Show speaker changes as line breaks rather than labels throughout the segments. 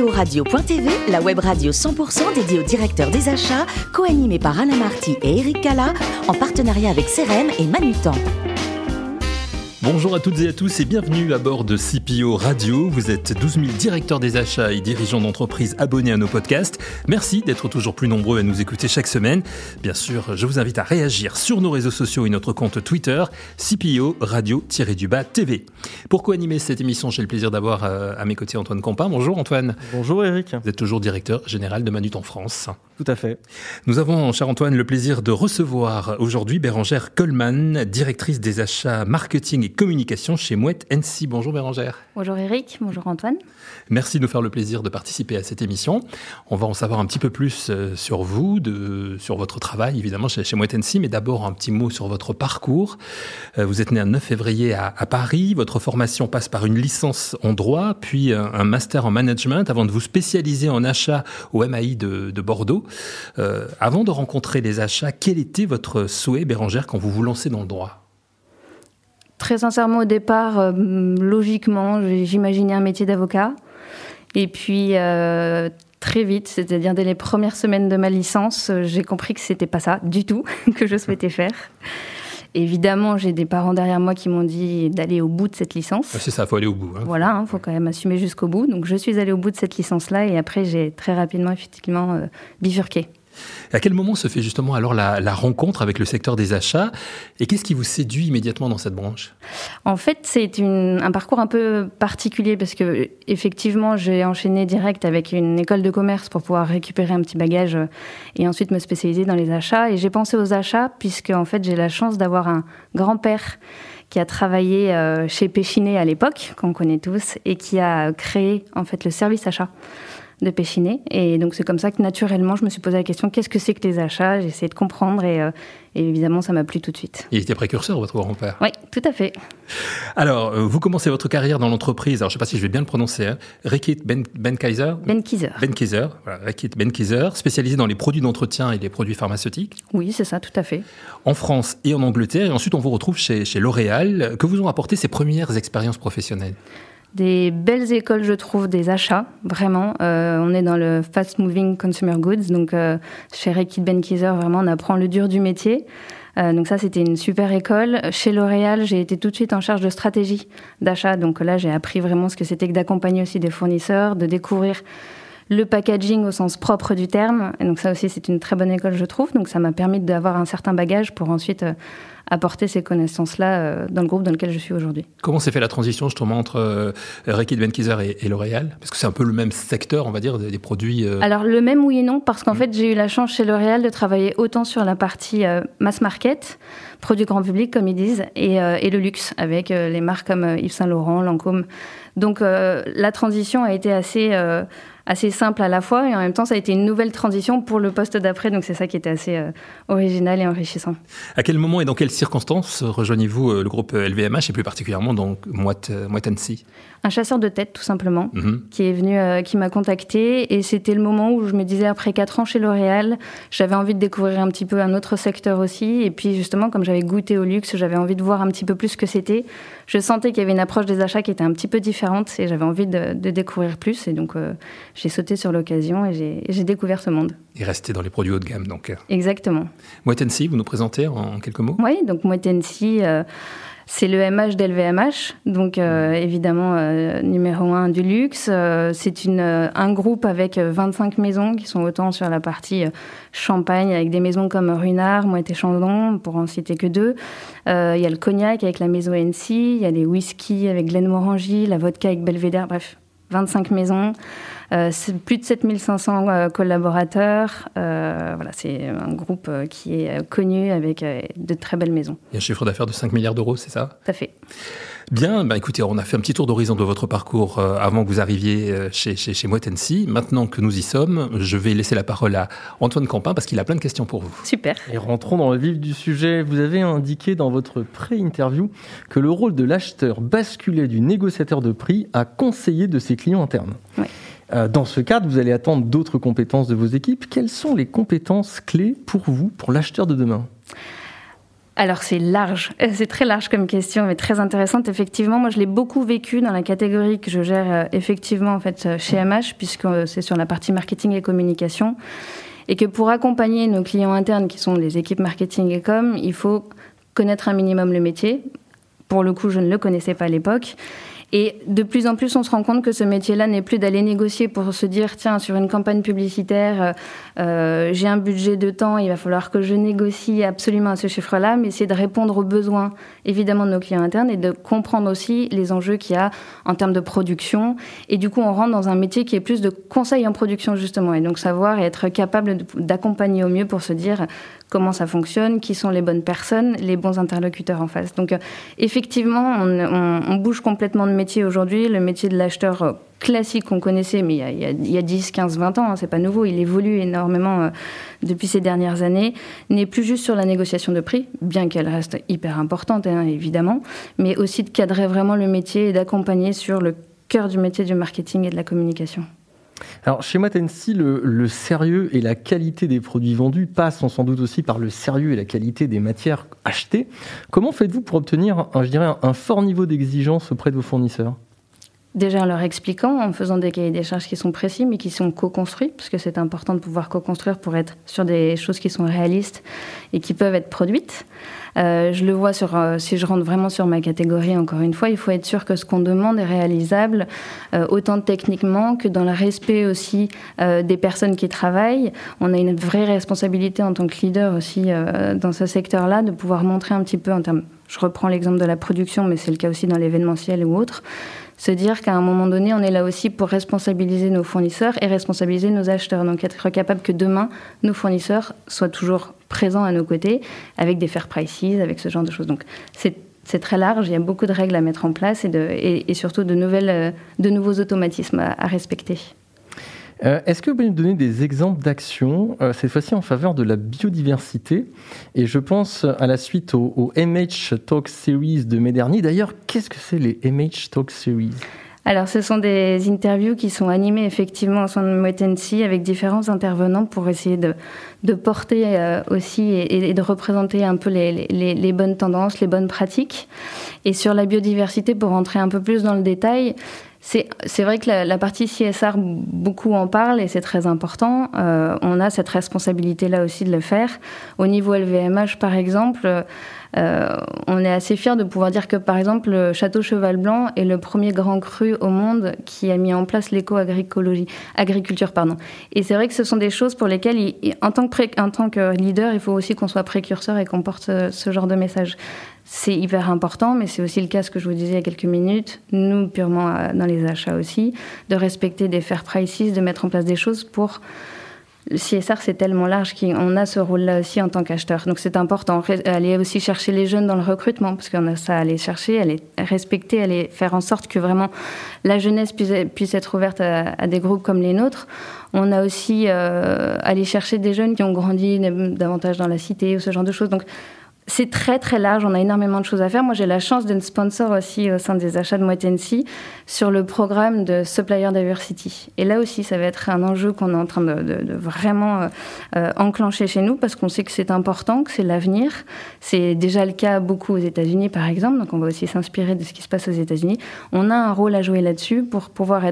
CPOradio.tv, la web radio 100% dédiée aux directeurs des achats, co-animée par Alain Marty et Eric Cala, en partenariat avec CRM et Manutan.
Bonjour à toutes et à tous et bienvenue à bord de CPO Radio. Vous êtes 12 000 directeurs des achats et dirigeants d'entreprises abonnés à nos podcasts. Merci d'être toujours plus nombreux à nous écouter chaque semaine. Bien sûr, je vous invite à réagir sur nos réseaux sociaux et notre compte Twitter, CPO Radio-TV. Pour co-animer cette émission, j'ai le plaisir d'avoir à mes côtés Antoine Campin. Bonjour Antoine.
Bonjour Eric.
Vous êtes toujours directeur général de Manutan France.
Tout à fait.
Nous avons, cher Antoine, le plaisir de recevoir aujourd'hui Bérengère Coleman, directrice des achats marketing et communication chez Moët Hennessy. Bonjour Bérengère.
Bonjour Eric, bonjour Antoine.
Merci de nous faire le plaisir de participer à cette émission. On va en savoir un petit peu plus sur vous, sur votre travail évidemment chez Moët Hennessy, mais d'abord un petit mot sur votre parcours. Vous êtes né le 9 février à Paris. Votre formation passe par une licence en droit, puis un master en management avant de vous spécialiser en achat au MAI de Bordeaux. Avant de rencontrer les achats, quel était votre souhait, Bérengère, quand vous vous lancez dans le droit ?
Très sincèrement, au départ, logiquement, j'imaginais un métier d'avocat. Et puis, très vite, c'est-à-dire dès les premières semaines de ma licence, j'ai compris que c'était pas ça du tout que je souhaitais faire. Évidemment, j'ai des parents derrière moi qui m'ont dit d'aller au bout de cette licence.
C'est ça, il faut aller au bout.
Voilà, faut quand même assumer jusqu'au bout. Donc, je suis allée au bout de cette licence-là et après, j'ai très rapidement, effectivement, bifurqué.
À quel moment se fait justement alors la rencontre avec le secteur des achats et qu'est-ce qui vous séduit immédiatement dans cette branche ?
En fait, c'est un parcours un peu particulier parce que effectivement, j'ai enchaîné direct avec une école de commerce pour pouvoir récupérer un petit bagage et ensuite me spécialiser dans les achats. Et j'ai pensé aux achats puisque en fait, j'ai la chance d'avoir un grand-père qui a travaillé chez Péchinet à l'époque, qu'on connaît tous, et qui a créé en fait le service achat de Péchinet. Et donc, c'est comme ça que, naturellement, je me suis posé la question, qu'est-ce que c'est que les achats ? J'ai essayé de comprendre et évidemment, ça m'a plu tout de suite.
Il était précurseur, votre grand-père ?
Oui, tout à fait.
Alors, vous commencez votre carrière dans l'entreprise, alors je ne sais pas si je vais bien le prononcer, Reckitt Benckiser ?
Benckiser.
Voilà, Reckitt Benckiser, spécialisé dans les produits d'entretien et les produits pharmaceutiques.
Oui, c'est ça, tout à fait.
En France et en Angleterre, et ensuite on vous retrouve chez L'Oréal. Que vous ont apporté ces premières expériences professionnelles ?
Des belles écoles, je trouve, des achats, vraiment. On est dans le fast-moving consumer goods, donc chez Reckitt Benckiser, vraiment, on apprend le dur du métier. Donc ça, c'était une super école. Chez L'Oréal, j'ai été tout de suite en charge de stratégie d'achat. Donc là, j'ai appris vraiment ce que c'était que d'accompagner aussi des fournisseurs, de découvrir le packaging au sens propre du terme. Et donc ça aussi, c'est une très bonne école, je trouve. Donc ça m'a permis d'avoir un certain bagage pour ensuite apporter ces connaissances-là dans le groupe dans lequel je suis aujourd'hui.
Comment s'est fait la transition justement entre Reckitt Benckiser et L'Oréal ? Parce que c'est un peu le même secteur, on va dire, des produits...
Alors le même oui et non, parce qu'en fait j'ai eu la chance chez L'Oréal de travailler autant sur la partie mass market, produits grand public comme ils disent, et le luxe, avec les marques comme Yves Saint Laurent, Lancôme. Donc la transition a été assez simple à la fois, et en même temps ça a été une nouvelle transition pour le poste d'après, donc c'est ça qui était assez original et enrichissant. À
quel moment et dans quelles circonstances rejoignez-vous le groupe LVMH et plus particulièrement donc Moët Hennessy ?
Un chasseur de tête tout simplement, qui est venu, qui m'a contacté, et c'était le moment où je me disais après 4 ans chez L'Oréal, j'avais envie de découvrir un petit peu un autre secteur aussi, et puis justement comme j'avais goûté au luxe, j'avais envie de voir un petit peu plus ce que c'était. Je sentais qu'il y avait une approche des achats qui était un petit peu différente et j'avais envie de découvrir plus, et donc j'ai sauté sur l'occasion et j'ai découvert ce monde.
Et resté dans les produits haut de gamme donc.
Exactement.
Moët Hennessy, vous nous présentez en quelques mots ?
Oui, donc Moët Hennessy, c'est le MH d'LVMH, donc évidemment numéro 1 du luxe. C'est un groupe avec 25 maisons qui sont autant sur la partie champagne, avec des maisons comme Ruinart, Moët et Chandon, pour en citer que 2. Il y a le cognac avec la maison Hennessy, il y a les whisky avec Glenmorangie, la vodka avec Belvedere, bref, 25 maisons. C'est plus de 7500 collaborateurs. Voilà, c'est un groupe qui est connu avec de très belles maisons.
Il y a un chiffre d'affaires de 5 milliards d'euros, c'est ça ?
Tout à fait.
Bien, écoutez, on a fait un petit tour d'horizon de votre parcours avant que vous arriviez chez Moët Hennessy. Maintenant que nous y sommes, je vais laisser la parole à Antoine Campin parce qu'il a plein de questions pour vous.
Super.
Et rentrons dans le vif du sujet. Vous avez indiqué dans votre pré-interview que le rôle de l'acheteur basculait du négociateur de prix à conseiller de ses clients internes.
Oui.
Dans ce cadre, vous allez attendre d'autres compétences de vos équipes. Quelles sont les compétences clés pour vous, pour l'acheteur de demain ?
Alors c'est large, c'est très large comme question, mais très intéressante. Effectivement, moi je l'ai beaucoup vécu dans la catégorie que je gère effectivement en fait chez MH, puisque c'est sur la partie marketing et communication, et que pour accompagner nos clients internes qui sont les équipes marketing et com, il faut connaître un minimum le métier. Pour le coup, je ne le connaissais pas à l'époque. Et de plus en plus, on se rend compte que ce métier-là n'est plus d'aller négocier pour se dire, tiens, sur une campagne publicitaire, j'ai un budget de temps, il va falloir que je négocie absolument à ce chiffre-là, mais c'est de répondre aux besoins, évidemment, de nos clients internes et de comprendre aussi les enjeux qu'il y a en termes de production. Et du coup, on rentre dans un métier qui est plus de conseil en production, justement. Et donc, savoir et être capable d'accompagner au mieux pour se dire comment ça fonctionne, qui sont les bonnes personnes, les bons interlocuteurs en face. Donc, effectivement, on bouge complètement de métier aujourd'hui. Le métier de l'acheteur classique qu'on connaissait, mais il y a 10, 15, 20 ans, c'est pas nouveau, il évolue énormément depuis ces dernières années, n'est plus juste sur la négociation de prix, bien qu'elle reste hyper importante, évidemment, mais aussi de cadrer vraiment le métier et d'accompagner sur le cœur du métier du marketing et de la communication.
Alors, chez Moët & Cie, le sérieux et la qualité des produits vendus passent sans doute aussi par le sérieux et la qualité des matières achetées. Comment faites-vous pour obtenir, un fort niveau d'exigence auprès de vos fournisseurs ?
Déjà en leur expliquant, en faisant des cahiers des charges qui sont précis, mais qui sont co-construits, parce que c'est important de pouvoir co-construire pour être sur des choses qui sont réalistes et qui peuvent être produites. Je le vois si je rentre vraiment sur ma catégorie, encore une fois, il faut être sûr que ce qu'on demande est réalisable, autant techniquement que dans le respect aussi des personnes qui travaillent. On a une vraie responsabilité en tant que leader aussi dans ce secteur-là, de pouvoir montrer un petit peu en termes, je reprends l'exemple de la production, mais c'est le cas aussi dans l'événementiel ou autre, se dire qu'à un moment donné, on est là aussi pour responsabiliser nos fournisseurs et responsabiliser nos acheteurs. Donc être capable que demain, nos fournisseurs soient toujours présents à nos côtés, avec des fair prices, avec ce genre de choses. Donc c'est très large, il y a beaucoup de règles à mettre en place et surtout de nouveaux automatismes à respecter.
Est-ce que vous pouvez nous donner des exemples d'actions, cette fois-ci en faveur de la biodiversité ? Et je pense à la suite au MH Talk Series de mai dernier. D'ailleurs, qu'est-ce que c'est les MH Talk Series ?
Alors, ce sont des interviews qui sont animées effectivement au sein de Moët & Cie avec différents intervenants pour essayer de porter aussi et de représenter un peu les bonnes tendances, les bonnes pratiques. Et sur la biodiversité, pour rentrer un peu plus dans le détail, c'est vrai que la partie CSR, beaucoup en parlent et c'est très important. On a cette responsabilité-là aussi de le faire. Au niveau LVMH, par exemple, on est assez fiers de pouvoir dire que, par exemple, le Château Cheval Blanc est le premier grand cru au monde qui a mis en place l'éco-agriculture. Et c'est vrai que ce sont des choses pour lesquelles, en tant que leader, il faut aussi qu'on soit précurseur et qu'on porte ce genre de message. C'est hyper important, mais c'est aussi le cas, ce que je vous disais il y a quelques minutes, nous, purement dans les achats aussi, de respecter des fair prices, de mettre en place des choses pour... Le CSR, c'est tellement large qu'on a ce rôle-là aussi en tant qu'acheteur. Donc c'est important, aller aussi chercher les jeunes dans le recrutement, parce qu'on a ça à aller chercher, à les respecter, à les faire en sorte que vraiment la jeunesse puisse être ouverte à des groupes comme les nôtres. On a aussi aller chercher des jeunes qui ont grandi davantage dans la cité ou ce genre de choses. Donc c'est très très large, on a énormément de choses à faire. Moi j'ai la chance d'être sponsor aussi au sein des achats de Moët & Cie sur le programme de Supplier Diversity. Et là aussi ça va être un enjeu qu'on est en train de vraiment enclencher chez nous parce qu'on sait que c'est important, que c'est l'avenir. C'est déjà le cas beaucoup aux États-Unis par exemple, donc on va aussi s'inspirer de ce qui se passe aux États-Unis. On a un rôle à jouer là-dessus pour pouvoir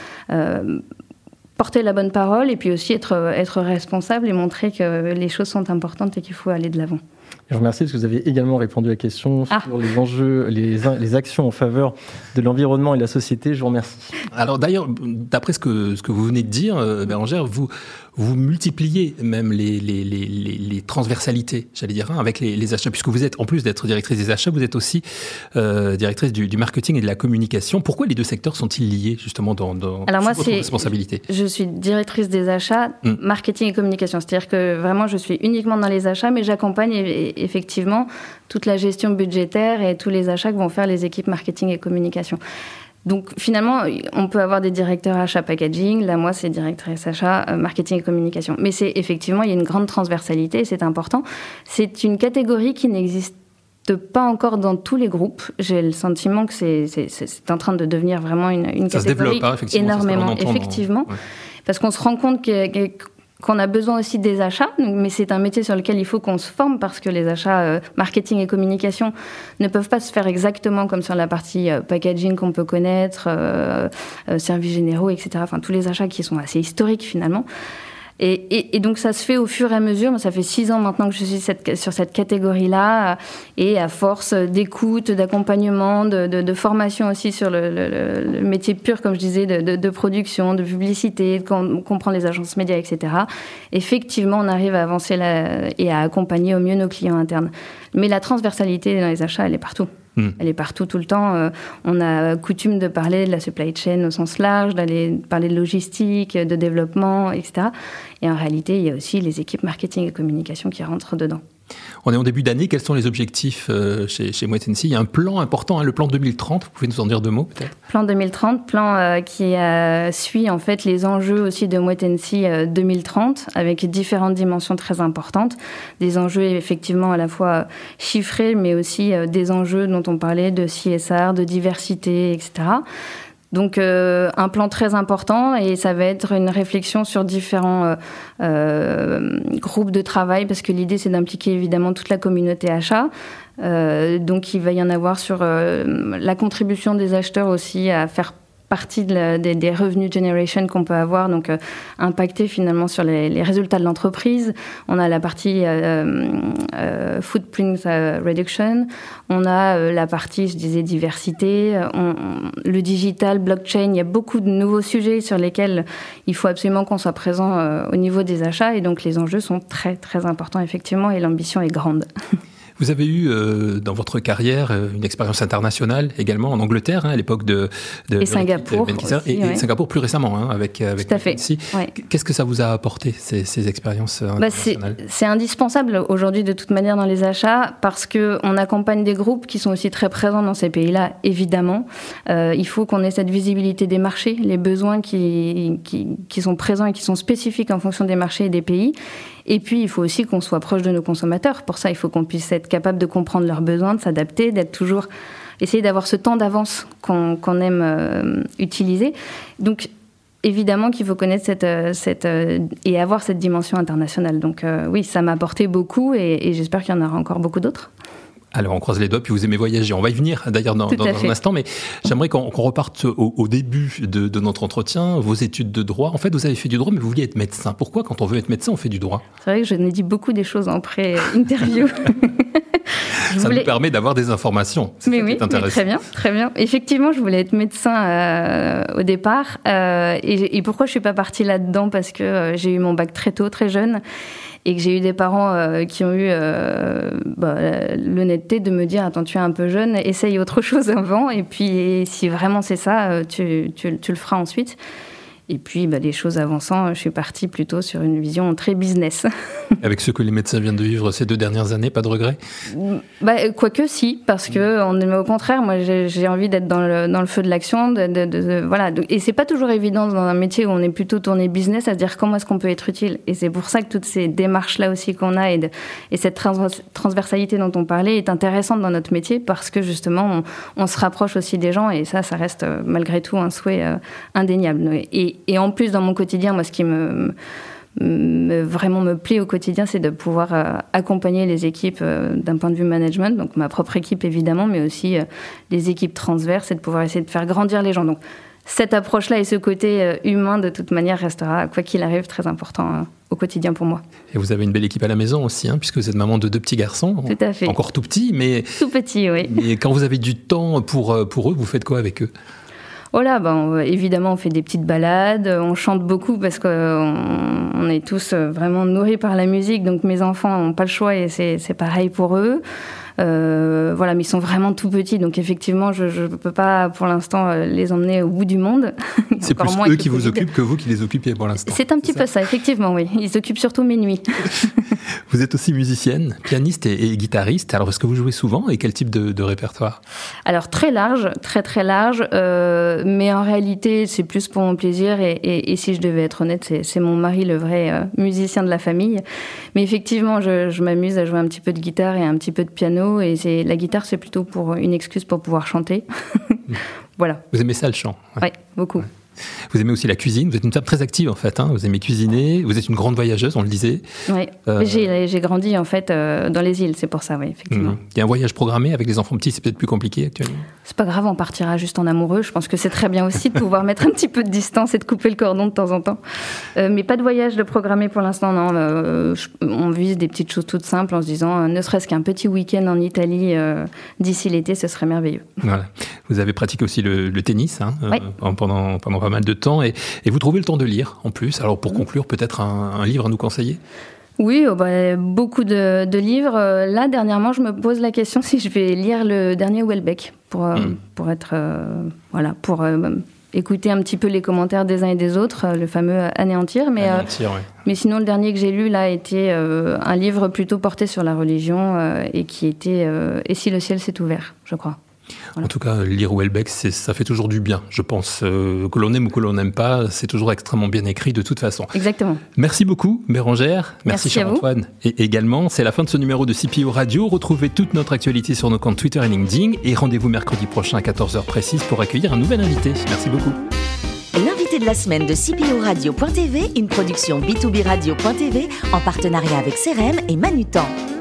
porter la bonne parole et puis aussi être responsable et montrer que les choses sont importantes et qu'il faut aller de l'avant.
Je vous remercie parce que vous avez également répondu à la question sur les enjeux, les actions en faveur de l'environnement et de la société. Je vous remercie.
Alors d'ailleurs, d'après ce que vous venez de dire, Bérangère, vous multipliez même les transversalités, j'allais dire, avec les achats, puisque vous êtes, en plus d'être directrice des achats, vous êtes aussi directrice du marketing et de la communication. Pourquoi les deux secteurs sont-ils liés justement dans votre responsabilité ?
Je suis directrice des achats, marketing et communication. C'est-à-dire que vraiment, je suis uniquement dans les achats, mais j'accompagne effectivement toute la gestion budgétaire et tous les achats que vont faire les équipes marketing et communication. Donc finalement, on peut avoir des directeurs achats packaging. Là, moi, c'est directrice achat, marketing et communication. Mais c'est effectivement, il y a une grande transversalité et c'est important. C'est une catégorie qui n'existe pas encore dans tous les groupes. J'ai le sentiment que c'est en train de devenir vraiment une catégorie
se développe, effectivement,
énormément, effectivement. Ouais. Parce qu'on se rend compte qu'on a besoin aussi des achats, mais c'est un métier sur lequel il faut qu'on se forme parce que les achats marketing et communication ne peuvent pas se faire exactement comme sur la partie packaging qu'on peut connaître, services généraux, etc. Enfin, tous les achats qui sont assez historiques finalement. Et donc ça se fait au fur et à mesure. Ça fait 6 ans maintenant que je suis sur cette catégorie-là, et à force d'écoute, d'accompagnement, de formation aussi sur le métier pur, comme je disais, de production, de publicité, de comprendre les agences médias, etc. Effectivement, on arrive à avancer et à accompagner au mieux nos clients internes. Mais la transversalité dans les achats, elle est partout. Elle est partout, tout le temps. On a coutume de parler de la supply chain au sens large, d'aller parler de logistique, de développement, etc. Et en réalité, il y a aussi les équipes marketing et communication qui rentrent dedans.
On est en début d'année. Quels sont les objectifs chez Moët & Cie ? Il y a un plan important, le plan 2030. Vous pouvez nous en dire 2 mots, peut-être ?
Plan 2030, plan qui suit en fait les enjeux aussi de Moët & Cie 2030, avec différentes dimensions très importantes. Des enjeux effectivement à la fois chiffrés, mais aussi des enjeux dont on parlait de CSR, de diversité, etc. Donc un plan très important, et ça va être une réflexion sur différents groupes de travail, parce que l'idée c'est d'impliquer évidemment toute la communauté achat. Donc il va y en avoir sur la contribution des acheteurs aussi à faire partie des revenue generation qu'on peut avoir, donc impacter finalement sur les résultats de l'entreprise. On a la partie footprint reduction, on a la partie, je disais, diversité, le digital, blockchain. Il y a beaucoup de nouveaux sujets sur lesquels il faut absolument qu'on soit présent au niveau des achats, et donc les enjeux sont très très importants effectivement, et l'ambition est grande.
Vous avez eu dans votre carrière une expérience internationale également en Angleterre, à l'époque de
et Singapour aussi,
et Singapour plus récemment, avec
Tout à fait.
Ouais. Qu'est-ce que ça vous a apporté, ces expériences internationales ?
C'est indispensable aujourd'hui de toute manière dans les achats, parce qu'on accompagne des groupes qui sont aussi très présents dans ces pays-là, évidemment. Il faut qu'on ait cette visibilité des marchés, les besoins qui sont présents et qui sont spécifiques en fonction des marchés et des pays. Et puis, il faut aussi qu'on soit proche de nos consommateurs. Pour ça, il faut qu'on puisse être capable de comprendre leurs besoins, de s'adapter, d'être toujours... essayer d'avoir ce temps d'avance qu'on aime utiliser. Donc, évidemment qu'il faut connaître et avoir cette dimension internationale. Donc, oui, ça m'a apporté beaucoup, et j'espère qu'il y en aura encore beaucoup d'autres.
Alors, on croise les doigts, puis vous aimez voyager. On va y venir, d'ailleurs, dans un instant, mais j'aimerais qu'on reparte au début de notre entretien, vos études de droit. En fait, vous avez fait du droit, mais vous vouliez être médecin. Pourquoi, quand on veut être médecin, on fait du droit ?
C'est vrai que je n'ai dit beaucoup des choses en pré-interview.
Ça nous permet d'avoir des informations.
Mais oui, très bien, très bien. Effectivement, je voulais être médecin au départ. Et pourquoi je ne suis pas partie là-dedans ? Parce que j'ai eu mon bac très tôt, très jeune. Et que j'ai eu des parents qui ont eu l'honnêteté de me dire « Attends, tu es un peu jeune, essaye autre chose avant. Et puis, si vraiment c'est ça, tu le feras ensuite. » Et puis, les choses avançant, je suis partie plutôt sur une vision très business.
Avec ce que les médecins viennent de vivre ces 2 dernières années, pas de regret ?
Quoique si, parce que au contraire, moi j'ai envie d'être dans le feu de l'action, voilà. Et c'est pas toujours évident dans un métier où on est plutôt tourné business à se dire comment est-ce qu'on peut être utile. Et c'est pour ça que toutes ces démarches-là aussi qu'on a et cette transversalité dont on parlait est intéressante dans notre métier, parce que justement on se rapproche aussi des gens, et ça reste malgré tout un souhait indéniable. Et en plus, dans mon quotidien, moi, ce qui vraiment me plaît au quotidien, c'est de pouvoir accompagner les équipes d'un point de vue management, donc ma propre équipe évidemment, mais aussi les équipes transverses, et de pouvoir essayer de faire grandir les gens. Donc cette approche-là et ce côté humain, de toute manière, restera, quoi qu'il arrive, très important au quotidien pour moi.
Et vous avez une belle équipe à la maison aussi, puisque vous êtes maman de 2 petits garçons.
Tout à fait.
Encore tout petits, mais...
Tout petits, oui.
Mais quand vous avez du temps pour eux, vous faites quoi avec eux ?
Voilà, évidemment, on fait des petites balades, on chante beaucoup parce qu'on est tous vraiment nourris par la musique, donc mes enfants n'ont pas le choix, et c'est pareil pour eux. Voilà, mais ils sont vraiment tout petits, donc effectivement, je ne peux pas pour l'instant les emmener au bout du monde.
C'est plus eux qui vous occupent que vous qui les occupiez pour l'instant.
C'est un petit peu ça, effectivement, oui. Ils s'occupent surtout mes nuits.
Vous êtes aussi musicienne, pianiste et guitariste. Alors, est-ce que vous jouez souvent, et quel type de répertoire ?
Alors, très large, très très large, mais en réalité, c'est plus pour mon plaisir, et si je devais être honnête, c'est mon mari, le vrai musicien de la famille. Mais effectivement, je m'amuse à jouer un petit peu de guitare et un petit peu de piano, et la guitare, c'est plutôt pour une excuse pour pouvoir chanter. Voilà.
Vous aimez ça, le chant ?
Oui, beaucoup.
Ouais. Vous aimez aussi la cuisine. Vous êtes une femme très active en fait. Vous aimez cuisiner. Vous êtes une grande voyageuse, on le disait.
Oui, j'ai grandi en fait dans les îles, c'est pour ça, oui, effectivement.
Il y a un voyage programmé avec les enfants petits, c'est peut-être plus compliqué actuellement.
C'est pas grave, on partira juste en amoureux. Je pense que c'est très bien aussi de pouvoir mettre un petit peu de distance et de couper le cordon de temps en temps. Mais pas de voyage de programmé pour l'instant, non. On vise des petites choses toutes simples en se disant, ne serait-ce qu'un petit week-end en Italie d'ici l'été, ce serait merveilleux.
Voilà. Vous avez pratiqué aussi le tennis
oui.
pendant pas mal de temps et vous trouvez le temps de lire en plus. Alors pour conclure, peut-être un livre à nous conseiller ?
Oui, beaucoup de livres. Là, dernièrement, je me pose la question si je vais lire le dernier Houellebecq pour écouter un petit peu les commentaires des uns et des autres, le fameux Anéantir. Mais sinon, le dernier que j'ai lu là était un livre plutôt porté sur la religion et qui était Et si le ciel s'est ouvert, je crois. Voilà.
En tout cas, lire Houellebecq, ça fait toujours du bien. Je pense que l'on aime ou que l'on n'aime pas, c'est toujours extrêmement bien écrit de toute façon.
Exactement.
Merci beaucoup, Bérengère. Merci cher Antoine. Et également, c'est la fin de ce numéro de CPO Radio. Retrouvez toute notre actualité sur nos comptes Twitter et LinkedIn. Et rendez-vous mercredi prochain à 14h précise pour accueillir un nouvel invité. Merci beaucoup.
L'invité de la semaine de CPO Radio.tv, une production B2B Radio.tv en partenariat avec CRM et Manutan.